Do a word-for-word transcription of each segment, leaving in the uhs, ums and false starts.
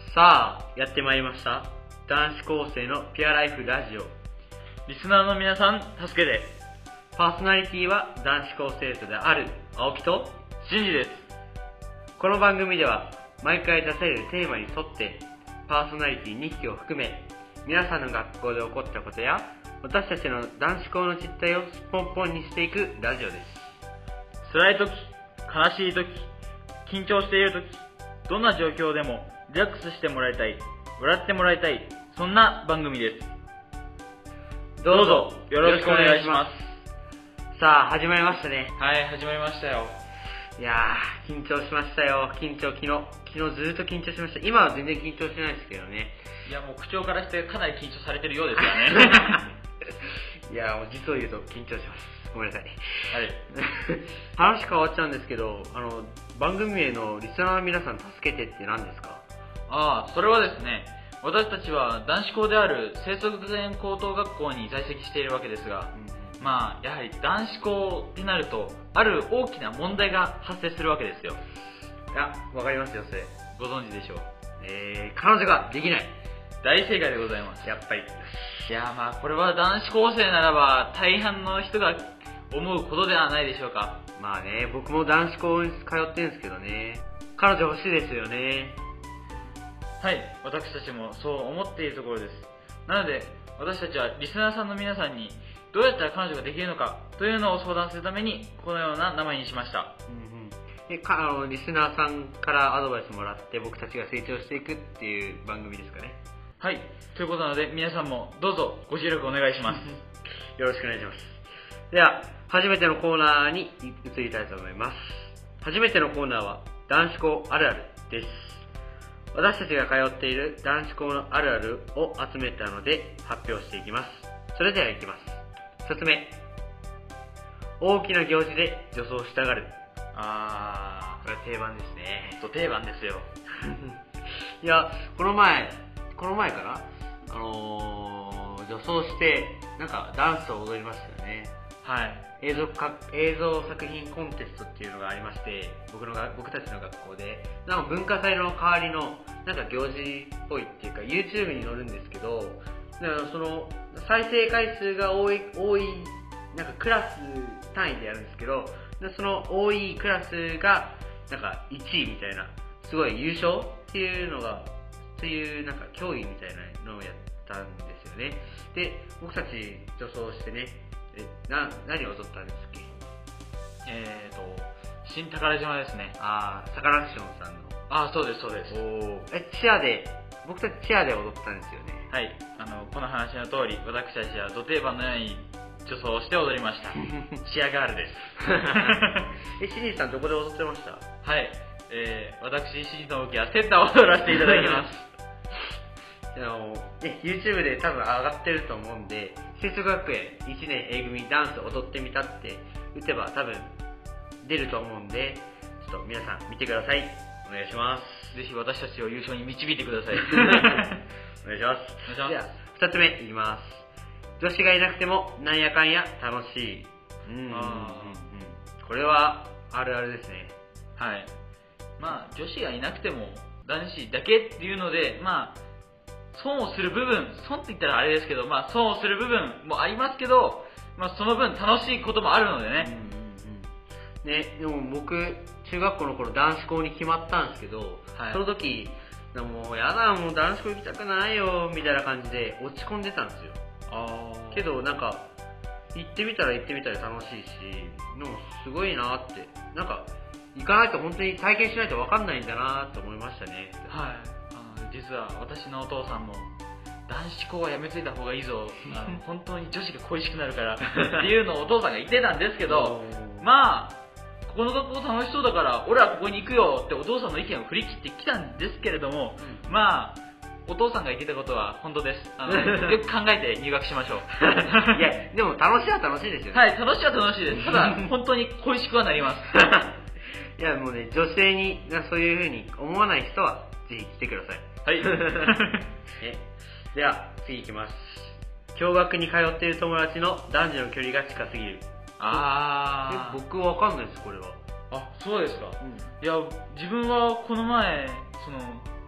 さあ、やってまいりました。男子高生のピュアライフラジオ。 リスナーの皆さん、助けて。 パーソナリティは男子高生徒である青木とシンジです。 この番組では毎回出されるテーマに沿ってパーソナリティにひきを含め皆さんの学校で起こったことや私たちの男子校の実態をスポンポンにしていくラジオです。 辛い時、悲しい時、緊張している時、どんな状況でもリラックスしてもらいたい、笑ってもらいたい、そんな番組です。どうぞよろしくお願いします。 さあ、始まりましたね。 はい、始まりましたよ。 いやー、緊張しましたよ。緊張、昨日昨日ずっと緊張しました。今は全然緊張してないですけどね。 いや、もう口調からしてかなり緊張されてるようですからね。 いやー、もう実を言うと緊張します。ごめんなさい。 はい。 話変わっちゃうんですけど、あの番組名のリスナーの皆さん助けてって何ですか？ ああ、それはですね、私たちは男子校である清則学園高等学校に在籍しているわけですが、うん、まあやはり男子校ってなるとある大きな問題が発生するわけですよ。 いや、わかりますよ、それ。 ご存知でしょう。 えー、彼女ができない。 大正解でございます。 やっぱり。 いや、まあこれは男子高生ならば大半の人が思うことではないでしょうか。 まあね、僕も男子校に通ってるんですけどね、彼女欲しいですよね。 はい、私たちもそう思っているところです。なので私たちはリスナーさんの皆さんにどうやったら彼女ができるのかというのを相談するためにこのような名前にしました。 うんうん、でかあのリスナーさんからアドバイスもらって僕たちが成長していくっていう番組ですかね。 はい、ということなので皆さんもどうぞご協力お願いします。 よろしくお願いします。では初めてのコーナーに移りたいと思います。初めてのコーナーは男子校あるあるです。私たちが通っている男子校のあるあるを集めたので発表していきます。それではいきます。ひとつめ、大きな行事で女装したがる。 あー、 これは定番ですね。 と定番ですよ。 いや、この前この前かな、あのー、女装してなんかダンスを踊りましたよね。 はい。 映像か映像作品コンテストっていうのがありまして、僕のが僕たちの学校でなんか文化祭の代わりのなんか行事っぽいっていうか YouTube に載るんですけど、だからその再生回数が多い多いなんかクラス単位でやるんですけど、でその多いクラスがなんかいちいみたいな、すごい優勝っていうのがというなんか競技みたいなのをやったんですよね。で僕たち女装してね、えな何を踊ったんですっけ？ えーと新宝島ですね。 ああ、サカナクションさんの。 ああ、そうですそうです。 おえチアで僕たちチアで踊ったんですよね。 はい、あのこの話の通り私たちはド定番のように女装をして踊りました。チアガールです。 えシリーさんどこで踊ってました？ はい、えー、私シリーの動きはセンターを踊らせていただきます。 あのね、YouTube で多分上がってると思うんで、清則学園いちねん A 組ダンス踊ってみたって打てば多分出ると思うんで、ちょっと皆さん見てください。お願いします。 ぜひ私たちを優勝に導いてください。 お願いします。 お願いします。 ではふたつめいきます。女子がいなくてもなんやかんや楽しい。うんうんうんうん、これはあるあるですね。 はい。まあ女子がいなくても男子だけっていうので、まあ損をする部分、損って言ったらあれですけど、まあ損をする部分もありますけど、まあその分楽しいこともあるのでね。うんうんうん、ね、でも僕中学校の頃男子校に決まったんですけど、はい、その時もうやだ、もう男子校行きたくないよみたいな感じで落ち込んでたんですよ。あけどなんか行ってみたら行ってみたら楽しいし、でもすごいなって、なんか行かないと本当に体験しないと分かんないんだなって思いましたね。 はい。実は私のお父さんも男子校はやめといた方がいいぞ、あの本当に女子が恋しくなるからっていうのをお父さんが言ってたんですけど、まあここの学校楽しそうだから俺はここに行くよってお父さんの意見を振り切ってきたんですけれども、うん、まあお父さんが言ってたことは本当です。あのよく考えて入学しましょう。 いやでも楽しいは楽しいですよね。 はい、楽しいは楽しいです。ただ本当に恋しくはなります。 いやもうね、女性にそういう風に思わない人はぜひ来てください。 はい。 えでは次いきます。共学に通っている友達の男女の距離が近すぎる。 ああ。 僕わかんないです、これは。 あ、そうですか。うん、いや自分はこの前その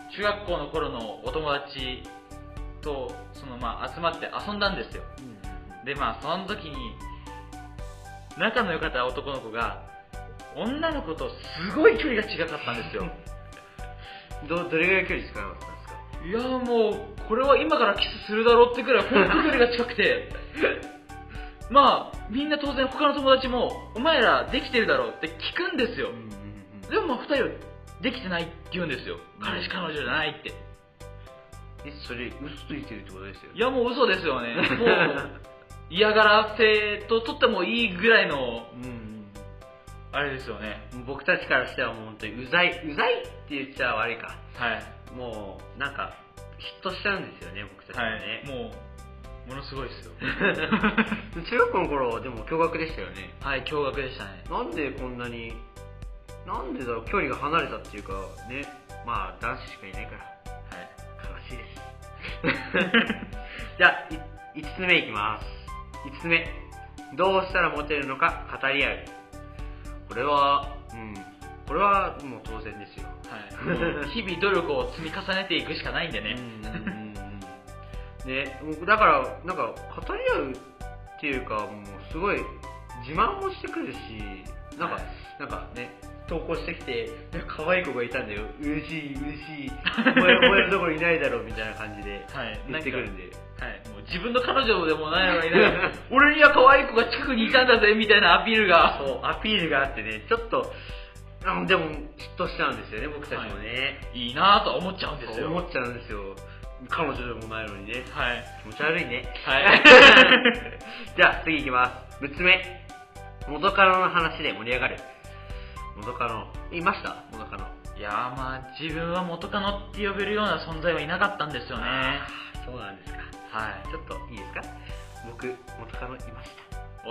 中学校の頃のお友達とそのまあ集まって遊んだんですよ。でまあその時に仲の良かった男の子が女の子とすごい距離が近かったんですよ。 どどれぐらい距離近かったんですか？ いやーもうこれは今からキスするだろうってくらい本当距離が近くてまあみんな当然他の友達もお前らできてるだろうって聞くんですよ。でもまあふたりはできてないって言うんですよ。彼氏彼女じゃないって。 え、それ嘘ついてるってことですよね？ いやもう嘘ですよね。もう嫌がらせととってもいいぐらいのうん、 あれですよね。 僕たちからしてはもう本当にうざいうざいって言っちゃ悪いか。 はい。 もうなんか嫉妬しちゃうんですよね、僕たちはね。 はい、もうものすごいですよ。 中学校の頃でも驚愕でしたよね。 はい、驚愕でしたね。 なんでこんなになんでだろう、距離が離れたっていうかね。まあ男子しかいないから。 はい。 悲しいですじゃあいいつつめいきます。いつつめ、どうしたらモテるのか語り合う。これはうんこれはもう当然ですよ。 はい、もう日々努力を積み重ねていくしかないんでね。 うんうんうんね、だからなんか語り合うっていうか、もうすごい自慢もしてくるし、なんか、はい、なんかね、投稿してきて、可愛い子がいたんだよ、嬉しい嬉しい、お前お前のところいないだろうみたいな感じで言ってくるんで、 はい、もう自分の彼女でもないのにね俺には可愛い子が近くにいたんだぜみたいなアピールが、 そうアピールがあってね、ちょっとあでも嫉妬しちゃうんですよね、僕たちもね。 はい、いいなぁと思っちゃうんですよ。 思っちゃうんですよ。彼女でもないのにね。 はい。 気持ち悪いね。 はい。 じゃあ次いきます。むっつめ。元カノの話で盛り上がる。元カノいました？元カノ。 いやーまあ自分は元カノって呼べるような存在はいなかったんですよね。 そうなんですか。 はい。 ちょっといいですか？僕元カノいました。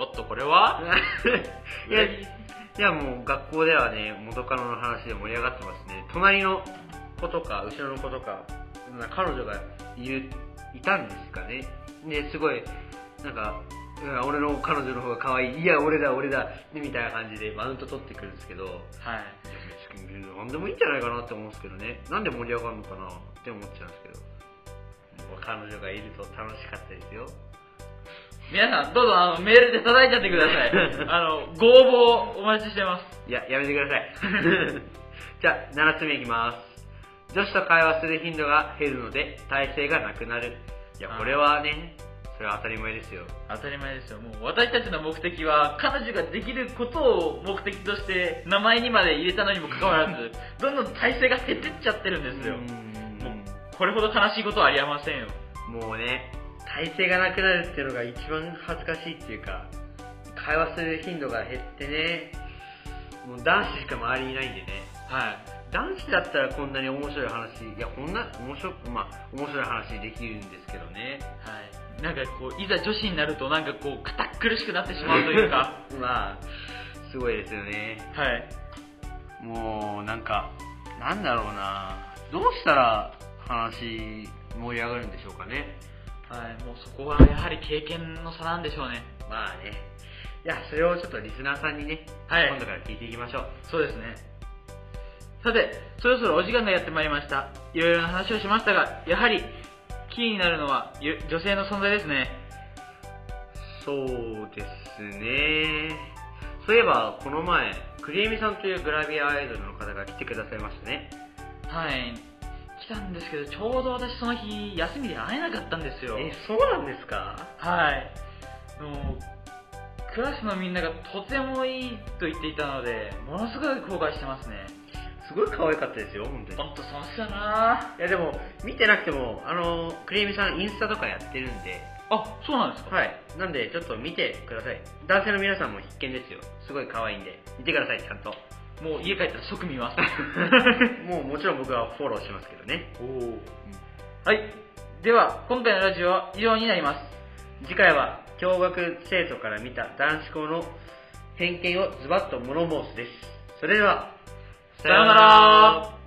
おっとこれはいやいやもう学校ではね、元カノの話で盛り上がってますね。隣の子とか後ろの子とか彼女がいるいたんですかね。ですごいなんか俺の彼女の方が可愛い、いや俺だ俺だみたいな感じでマウント取ってくるんですけど、はい。なんでもいいんじゃないかなって思うんですけどね。なんで盛り上がるのかなって思っちゃうんですけど。彼女がいると楽しかったですよ。 皆さんどうぞあのメールで叩いちゃってください。あのご応募お待ちしてます。 いややめてください。じゃあななつめいきます。女子と会話する頻度が減るので耐性がなくなる。いやこれはね、それは当たり前ですよ。 当たり前ですよ。もう私たちの目的は彼女ができることを目的として名前にまで入れたのにもかかわらずどんどん耐性が減ってっちゃってるんですよ。もうこれほど悲しいことはありえませんよ。 もうね、耐性がなくなるっていうのが一番恥ずかしいっていうか、会話する頻度が減ってね、もう男子しか周りにいないんでね。はい。男子だったらこんなに面白い話、いやこんな面白く、まあ面白い話できるんですけどね。 はい。なんかこういざ女子になるとなんかこう堅苦しくなってしまうというか、 まあすごいですよね。はい。もうなんかなんだろうな、どうしたら話盛り上がるんでしょうかね。 はい。もうそこはやはり経験の差なんでしょうね。 まあね。いやそれをちょっとリスナーさんにね、はい、今度から聞いていきましょう。 そうですね。さて、そろそろお時間がやってまいりました。いろいろな話をしましたが、やはりキーになるのは女性の存在ですね。 そうですね。そういえばこの前クリエミさんというグラビアアイドルの方が来てくださいましたね。 はい、来たんですけど、ちょうど私その日休みで会えなかったんですよ。 え、そうなんですか？ はい。もうクラスのみんながとてもいいと言っていたので、ものすごい後悔してますね。 すごい可愛かったですよ、本当に。 本当そうしたな。 いやでも見てなくても、あのクリエミさんインスタとかやってるんで。 あ、そうなんですか？ はい。なんでちょっと見てください。男性の皆さんも必見ですよ。すごい可愛いんで見てください、ちゃんと。 もう家帰ったら即見ます。 もうもちろん僕はフォローしますけどね。おお、うん、 はい。では今回のラジオは以上になります。 次回は共学生徒から見た男子校の偏見をズバッと物申すです。それではさようなら。